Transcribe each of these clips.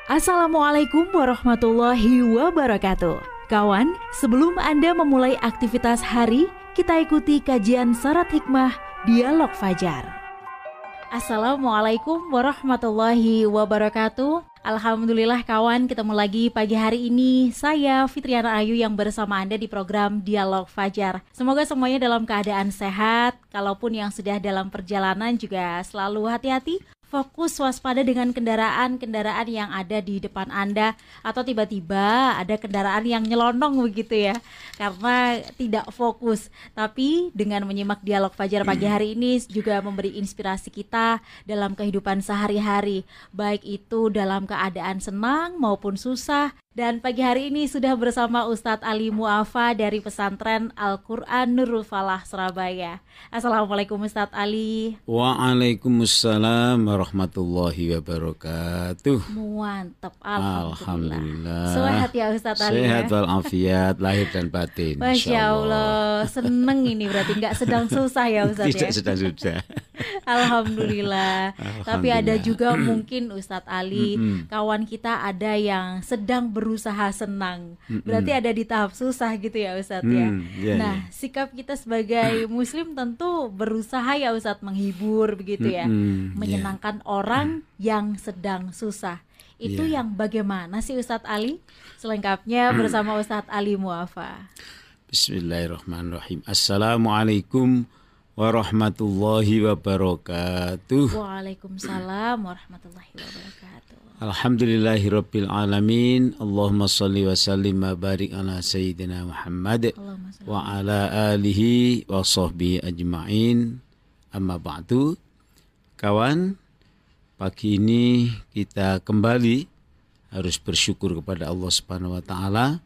Assalamualaikum warahmatullahi wabarakatuh. Kawan, sebelum Anda memulai aktivitas hari, kita ikuti kajian syarat hikmah Dialog Fajar. Assalamualaikum warahmatullahi wabarakatuh. Alhamdulillah kawan, ketemu lagi pagi hari ini. Saya Fitriana Ayu yang bersama Anda di program Dialog Fajar. Semoga semuanya dalam keadaan sehat. Kalaupun yang sudah dalam perjalanan juga selalu hati-hati. Fokus waspada dengan kendaraan-kendaraan yang ada di depan Anda, atau tiba-tiba ada kendaraan yang nyelonong begitu ya, karena tidak fokus. Tapi dengan menyimak Dialog Fajar pagi hari ini juga memberi inspirasi kita dalam kehidupan sehari-hari, baik itu dalam keadaan senang maupun susah. Dan pagi hari ini sudah bersama Ustadz Ali Mu'afa dari Pesantren Al-Quran Nurul Falah Surabaya. Assalamualaikum Ustadz Ali. Waalaikumsalam warahmatullahi wabarakatuh. Mantap, alhamdulillah. Sehat ya Ustadz Ali. Sehat walafiat lahir dan batin. Masya Allah, seneng ini berarti nggak sedang susah ya Ustadz ya. Tidak sedang susah. Alhamdulillah. Tapi ada juga mungkin Ustadz Ali, kawan kita ada yang sedang berusaha senang. Berarti ada di tahap susah gitu ya Ustadz ya. Nah, sikap kita sebagai muslim tentu berusaha ya Ustadz menghibur begitu ya, menyenangkan orang yang sedang susah. Itu yang bagaimana sih Ustadz Ali? Selengkapnya bersama Ustadz Ali Mu'afa. Bismillahirrahmanirrahim. Assalamualaikum warahmatullahi wabarakatuh. Waalaikumsalam warahmatullahi wabarakatuh. Alhamdulillahirabbil alamin. Allahumma shalli wa sallim wa barik ala sayyidina Muhammad wa ala alihi wa sahbihi ajma'in. Amma ba'du. Kawan, pagi ini kita kembali harus bersyukur kepada Allah Subhanahu wa taala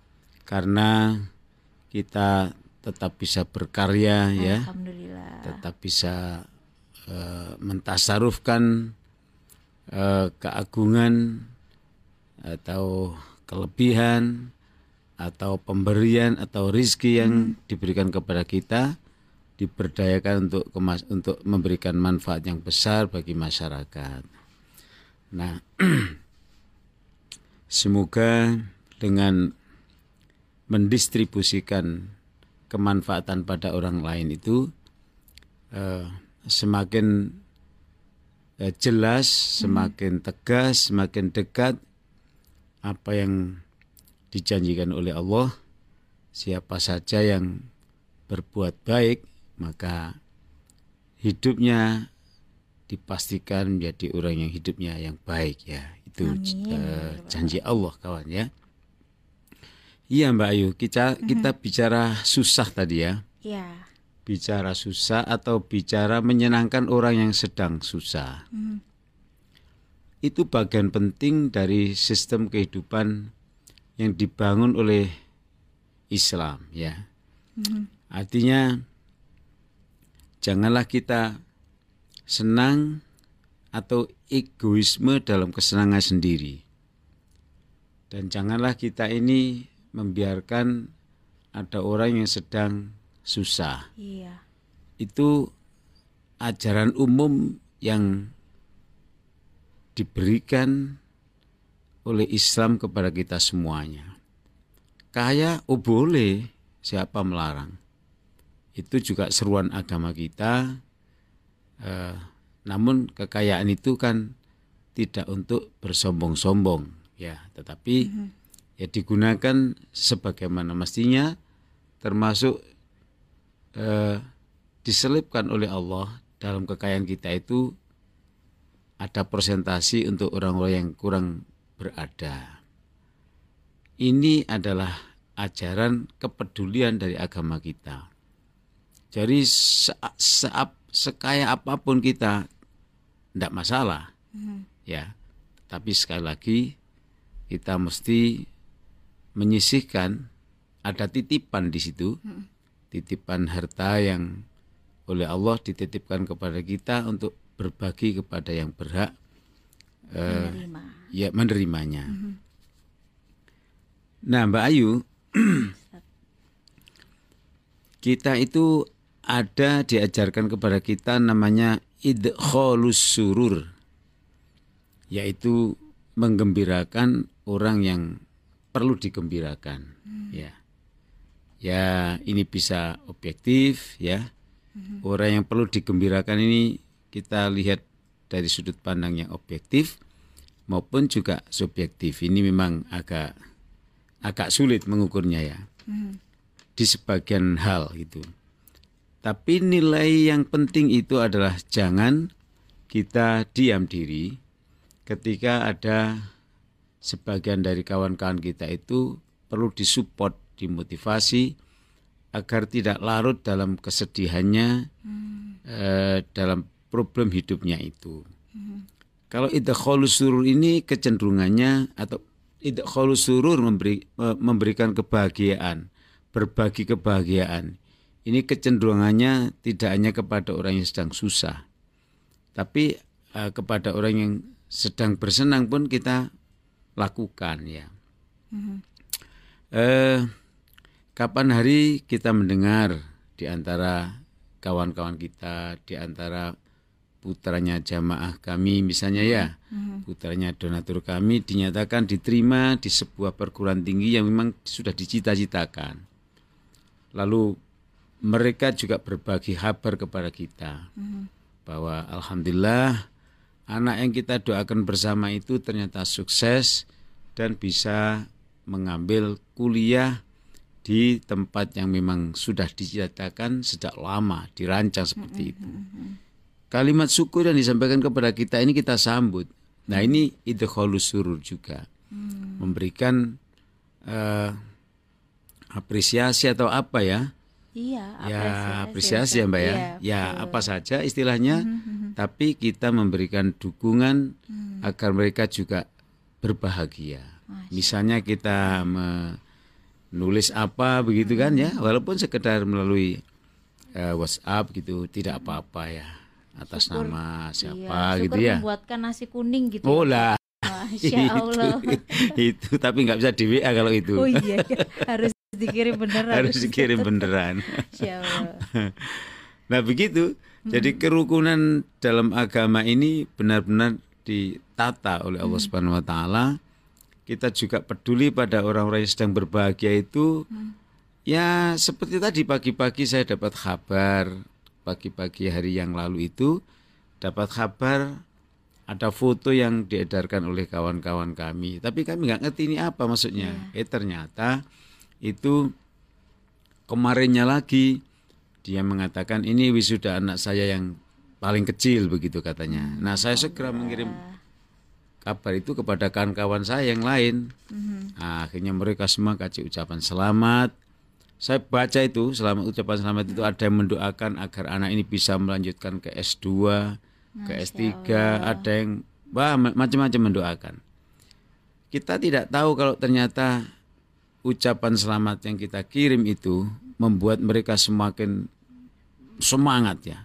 karena kita tetap bisa berkarya ya. Alhamdulillah. Tetap bisa mentasarufkan keagungan atau kelebihan atau pemberian atau rizki yang diberikan kepada kita, diberdayakan untuk memberikan manfaat yang besar bagi masyarakat. Nah, semoga dengan mendistribusikan kemanfaatan pada orang lain itu semakin jelas, semakin tegas, semakin dekat apa yang dijanjikan oleh Allah. Siapa saja yang berbuat baik, maka hidupnya dipastikan menjadi orang yang hidupnya yang baik ya. Itu janji Allah kawan ya. Iya Mbak Ayu, kita bicara susah tadi ya. Iya. Bicara susah atau bicara menyenangkan orang yang sedang susah. Itu bagian penting dari sistem kehidupan yang dibangun oleh Islam ya. Artinya janganlah kita senang atau egoisme dalam kesenangan sendiri. Dan janganlah kita ini membiarkan ada orang yang sedang susah. Iya. Itu ajaran umum yang diberikan oleh Islam kepada kita semuanya. Kaya, boleh, siapa melarang? Itu juga seruan agama kita. Namun kekayaan itu kan tidak untuk bersombong-sombong, ya, tetapi ya digunakan sebagaimana mestinya, termasuk diselipkan oleh Allah dalam kekayaan kita itu ada persentasi untuk orang-orang yang kurang berada. Ini adalah ajaran kepedulian dari agama kita. Jadi sekaya apapun kita tidak masalah, ya. Tapi sekali lagi kita mesti menyisihkan, ada titipan di situ, titipan harta yang oleh Allah dititipkan kepada kita untuk berbagi kepada yang berhak menerimanya. Nah Mbak Ayu, kita itu ada diajarkan kepada kita namanya idkhalus surur, yaitu menggembirakan orang yang perlu digembirakan. Ya, ini bisa objektif ya. Orang yang perlu digembirakan ini kita lihat dari sudut pandang yang objektif maupun juga subjektif. Ini memang agak sulit mengukurnya ya. Di sebagian hal itu. Tapi nilai yang penting itu adalah jangan kita diam diri ketika ada sebagian dari kawan-kawan kita itu perlu disupport, dimotivasi agar tidak larut dalam kesedihannya, dalam problem hidupnya itu. Kalau idkhalus surur ini kecenderungannya atau idkhalus surur memberikan kebahagiaan, berbagi kebahagiaan. Ini kecenderungannya tidak hanya kepada orang yang sedang susah, tapi kepada orang yang sedang bersenang pun kita lakukan ya. Kapan hari kita mendengar di antara kawan-kawan kita, di antara putranya jamaah kami misalnya ya, putranya donatur kami dinyatakan diterima di sebuah perguruan tinggi yang memang sudah dicita-citakan. Lalu mereka juga berbagi kabar kepada kita bahwa alhamdulillah anak yang kita doakan bersama itu ternyata sukses dan bisa mengambil kuliah di tempat yang memang sudah diciptakan sejak lama, dirancang seperti itu. Kalimat syukur yang disampaikan kepada kita ini kita sambut. Nah ini idkhalus surur juga. Memberikan apresiasi atau apa ya? Iya, apresiasi ya Mbak ya. Ya apa saja istilahnya, tapi kita memberikan dukungan agar mereka juga berbahagia. Misalnya kita nulis apa begitu kan ya, walaupun sekedar melalui WhatsApp gitu, tidak apa-apa ya, atas syukur, nama siapa gitu syukur ya. membuatkan nasi kuning gitu. Oh lah, Masya Allah. itu tapi nggak bisa di WA kalau itu. Oh iya, harus dikirim beneran. Harus dikirim beneran. Masya Allah. Nah begitu, jadi kerukunan dalam agama ini benar-benar ditata oleh Allah Subhanahu Wa Taala. Kita juga peduli pada orang-orang yang sedang berbahagia itu. Ya seperti tadi pagi-pagi saya dapat kabar, pagi-pagi hari yang lalu itu dapat kabar ada foto yang diedarkan oleh kawan-kawan kami. Tapi kami nggak ngerti ini apa maksudnya. Ternyata itu kemarinnya lagi dia mengatakan ini wisuda anak saya yang paling kecil begitu katanya. Nah saya segera mengirim kabar itu kepada kawan-kawan saya yang lain. Nah, akhirnya mereka semua kasih ucapan selamat. Saya baca itu, ucapan selamat itu ada yang mendoakan agar anak ini bisa melanjutkan ke S2, ke S3, ada yang macam-macam mendoakan. Kita tidak tahu kalau ternyata ucapan selamat yang kita kirim itu membuat mereka semakin semangat ya.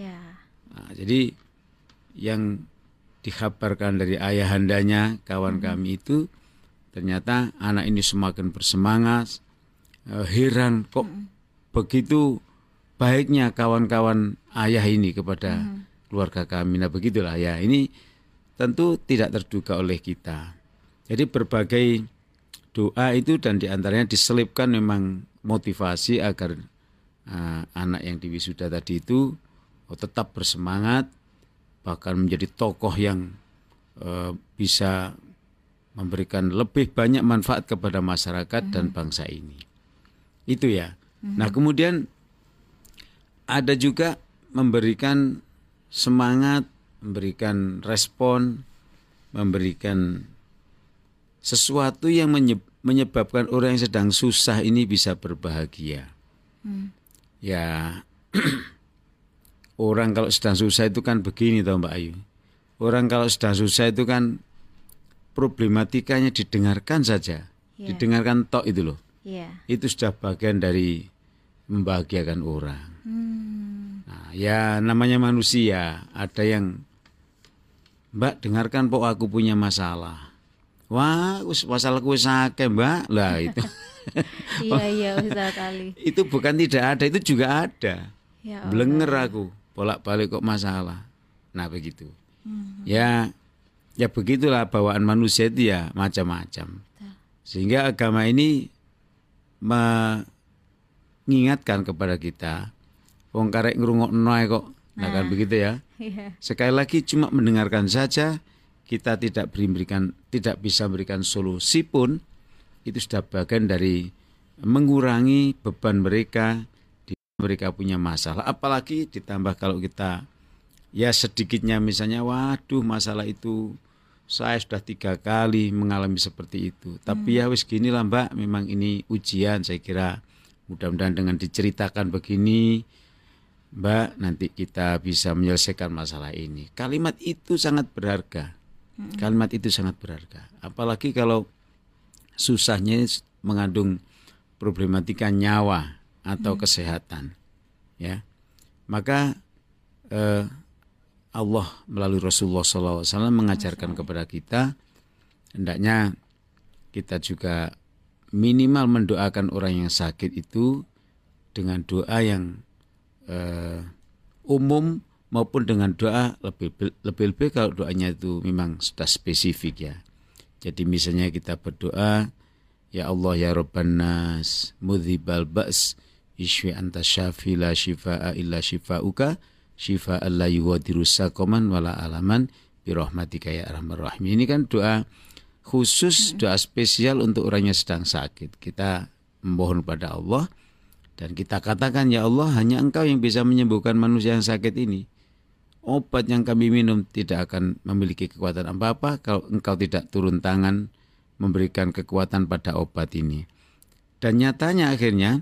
Nah, jadi yang dikabarkan dari ayahandanya kawan kami itu ternyata anak ini semakin bersemangat, heran kok begitu baiknya kawan-kawan ayah ini kepada keluarga kami. Nah begitulah ya, ini tentu tidak terduga oleh kita. Jadi berbagai doa itu dan diantaranya diselipkan memang motivasi agar anak yang diwisuda tadi itu tetap bersemangat, bahkan menjadi tokoh yang bisa memberikan lebih banyak manfaat kepada masyarakat dan bangsa ini. Itu ya. Nah kemudian ada juga memberikan semangat, memberikan respon, memberikan sesuatu yang menyebabkan orang yang sedang susah ini bisa berbahagia. Ya orang kalau sedang susah itu kan begini toh Mbak Ayu. Orang kalau sedang susah itu kan problematikanya didengarkan saja. Didengarkan tok itu loh. Itu sudah bagian dari membahagiakan orang. Nah, ya namanya manusia, ada yang Mbak dengarkan pok aku punya masalah. Wah, masalahku sakit Mbak. Lah itu. Iya Ustaz Ali. Itu bukan tidak ada, itu juga ada. Ya Blenger aku, bolak-balik kok masalah. Nah begitu. Ya ya begitulah bawaan manusia itu ya macam-macam. Sehingga agama ini mengingatkan kepada kita, wong karek ngrungokno ae kok. Nah kan begitu ya. Iya. Sekali lagi cuma mendengarkan saja, kita tidak bisa berikan solusi pun, itu sudah bagian dari mengurangi beban mereka, mereka punya masalah. Apalagi ditambah kalau kita ya sedikitnya misalnya, waduh masalah itu saya sudah 3 kali mengalami seperti itu. Tapi ya wis gini lah Mbak, memang ini ujian saya kira. Mudah-mudahan dengan diceritakan begini, Mbak, nanti kita bisa menyelesaikan masalah ini. Kalimat itu sangat berharga. Kalimat itu sangat berharga. Apalagi kalau susahnya mengandung problematika nyawa atau kesehatan. Ya. Maka Allah melalui Rasulullah SAW mengajarkan kepada kita, hendaknya kita juga minimal mendoakan orang yang sakit itu dengan doa yang umum maupun dengan doa lebih kalau doanya itu memang sudah spesifik ya. Jadi misalnya kita berdoa, ya Allah ya Rabban nas, mudhibal ba's, ishfi anta syafi la shifaa illa shifauka, shifaan la yughadiru saqaman wala alaman bi rahmatika ya arhamar rahimin. Ini kan doa khusus, doa spesial untuk orang yang sedang sakit. Kita memohon pada Allah dan kita katakan, ya Allah, hanya Engkau yang bisa menyembuhkan manusia yang sakit ini. Obat yang kami minum tidak akan memiliki kekuatan apa-apa kalau Engkau tidak turun tangan memberikan kekuatan pada obat ini. Dan nyatanya akhirnya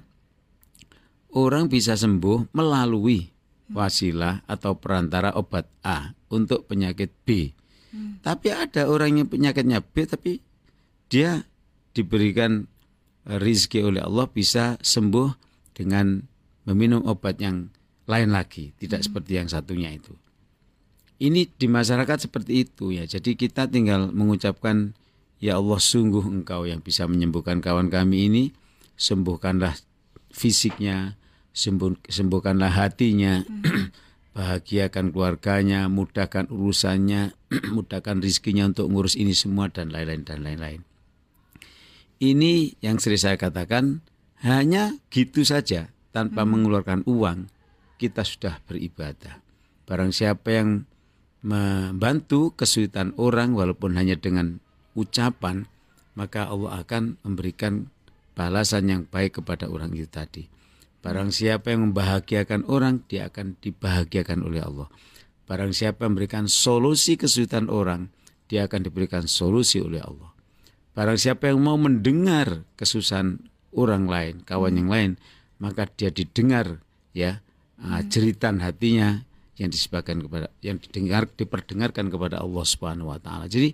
orang bisa sembuh melalui wasilah atau perantara obat A untuk penyakit B. Tapi ada orang yang penyakitnya B tapi dia diberikan rizki oleh Allah bisa sembuh dengan meminum obat yang lain lagi, tidak seperti yang satunya itu. Ini di masyarakat seperti itu ya. Jadi kita tinggal mengucapkan, ya Allah sungguh Engkau yang bisa menyembuhkan kawan kami ini, sembuhkanlah fisiknya, sembuhkanlah hatinya, bahagiakan keluarganya, mudahkan urusannya, mudahkan rizkinya untuk ngurus ini semua dan lain-lain. Ini yang sering saya katakan, hanya gitu saja tanpa mengeluarkan uang kita sudah beribadah. Barang siapa yang membantu kesulitan orang walaupun hanya dengan ucapan, maka Allah akan memberikan balasan yang baik kepada orang itu tadi. Barang siapa yang membahagiakan orang, dia akan dibahagiakan oleh Allah. Barang siapa yang memberikan solusi kesulitan orang, dia akan diberikan solusi oleh Allah. Barang siapa yang mau mendengar kesusahan orang lain, kawan yang lain, maka dia didengar ya jeritan hatinya yang disebabkan kepada, yang diperdengarkan kepada Allah Subhanahu wa taala. Jadi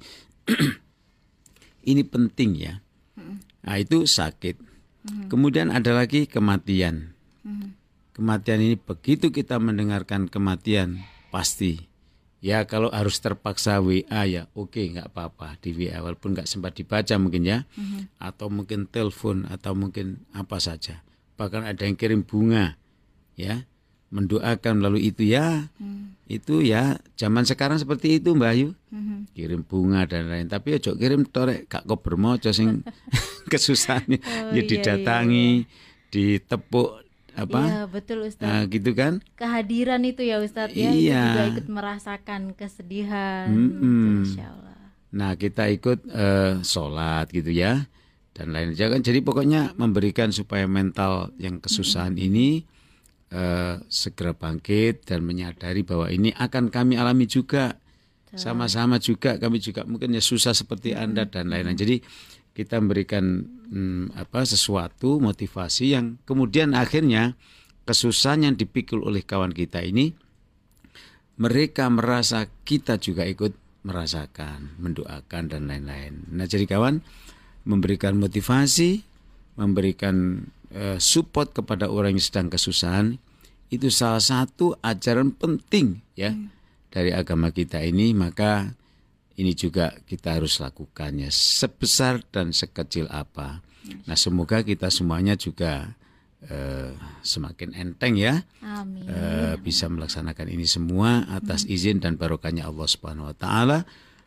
ini penting ya. Nah, itu sakit. Kemudian ada lagi kematian. Kematian ini begitu kita mendengarkan kematian pasti. Ya kalau harus terpaksa WA ya oke, nggak apa-apa di WA walaupun nggak sempat dibaca mungkin ya. Atau mungkin telepon atau mungkin apa saja. Bahkan ada yang kirim bunga ya, mendoakan melalui itu ya. Itu ya zaman sekarang seperti itu Mbak Ayu. Kirim bunga dan lain. Tapi ojo kirim torek gak kober moco sing kesusahannya ya didatangi, ditepuk apa? Iya betul Ustaz. Gitu kan? Kehadiran itu ya Ustaz ya, iya. Kita juga ikut merasakan kesedihan. Masya Allah. Nah kita ikut sholat gitu ya dan lain jangan. Jadi pokoknya memberikan supaya mental yang kesusahan ini segera bangkit dan menyadari bahwa ini akan kami alami juga. Sama-sama juga kami juga mungkin ya susah seperti Anda dan lain-lain. Jadi kita memberikan sesuatu motivasi yang kemudian akhirnya kesusahan yang dipikul oleh kawan kita ini mereka merasa kita juga ikut merasakan, mendoakan dan lain-lain. Nah, jadi kawan memberikan motivasi, memberikan support kepada orang yang sedang kesusahan itu salah satu ajaran penting ya dari agama kita ini, maka ini juga kita harus lakukannya sebesar dan sekecil apa. Nah semoga kita semuanya juga semakin enteng ya. Amin. Bisa melaksanakan ini semua atas izin dan barokahnya Allah Subhanahu wa taala.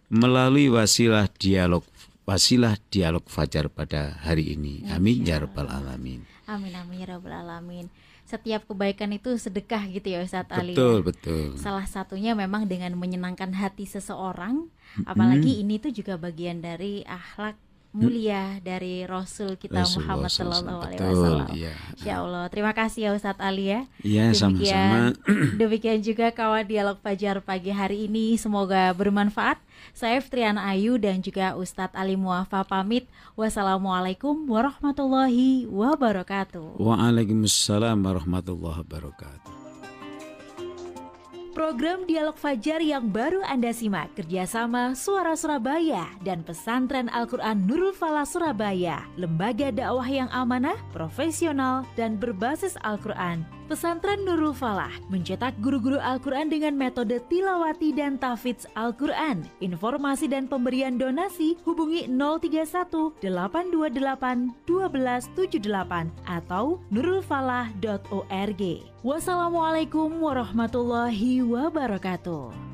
melalui wasilah dialog fajar pada hari ini. Amin ya rabbal alamin. Amin amin ya rabbal alamin. Setiap kebaikan itu sedekah gitu ya Ustadz Ali. Betul. Salah satunya memang dengan menyenangkan hati seseorang, apalagi ini tuh juga bagian dari akhlak mulia dari Rasul kita Muhammad Sallallahu Alaihi Wasallam. Insya Allah. Terima kasih ya Ustadz Ali ya. Iya, sama-sama. Demikian juga kawan dialog Fajar pagi hari ini, semoga bermanfaat. Saya Fitriana Ayu dan juga Ustadz Ali Muafa pamit. Wassalamualaikum warahmatullahi wabarakatuh. Waalaikumsalam warahmatullahi wabarakatuh. Program Dialog Fajar yang baru Anda simak kerjasama Suara Surabaya dan Pesantren Al-Quran Nurul Falah Surabaya, lembaga dakwah yang amanah, profesional, dan berbasis Al-Quran. Pesantren Nurul Falah mencetak guru-guru Al-Quran dengan metode tilawati dan tahfidz Al-Quran. Informasi dan pemberian donasi hubungi 031 828 1278 atau nurulfalah.org. Wassalamualaikum warahmatullahi wabarakatuh.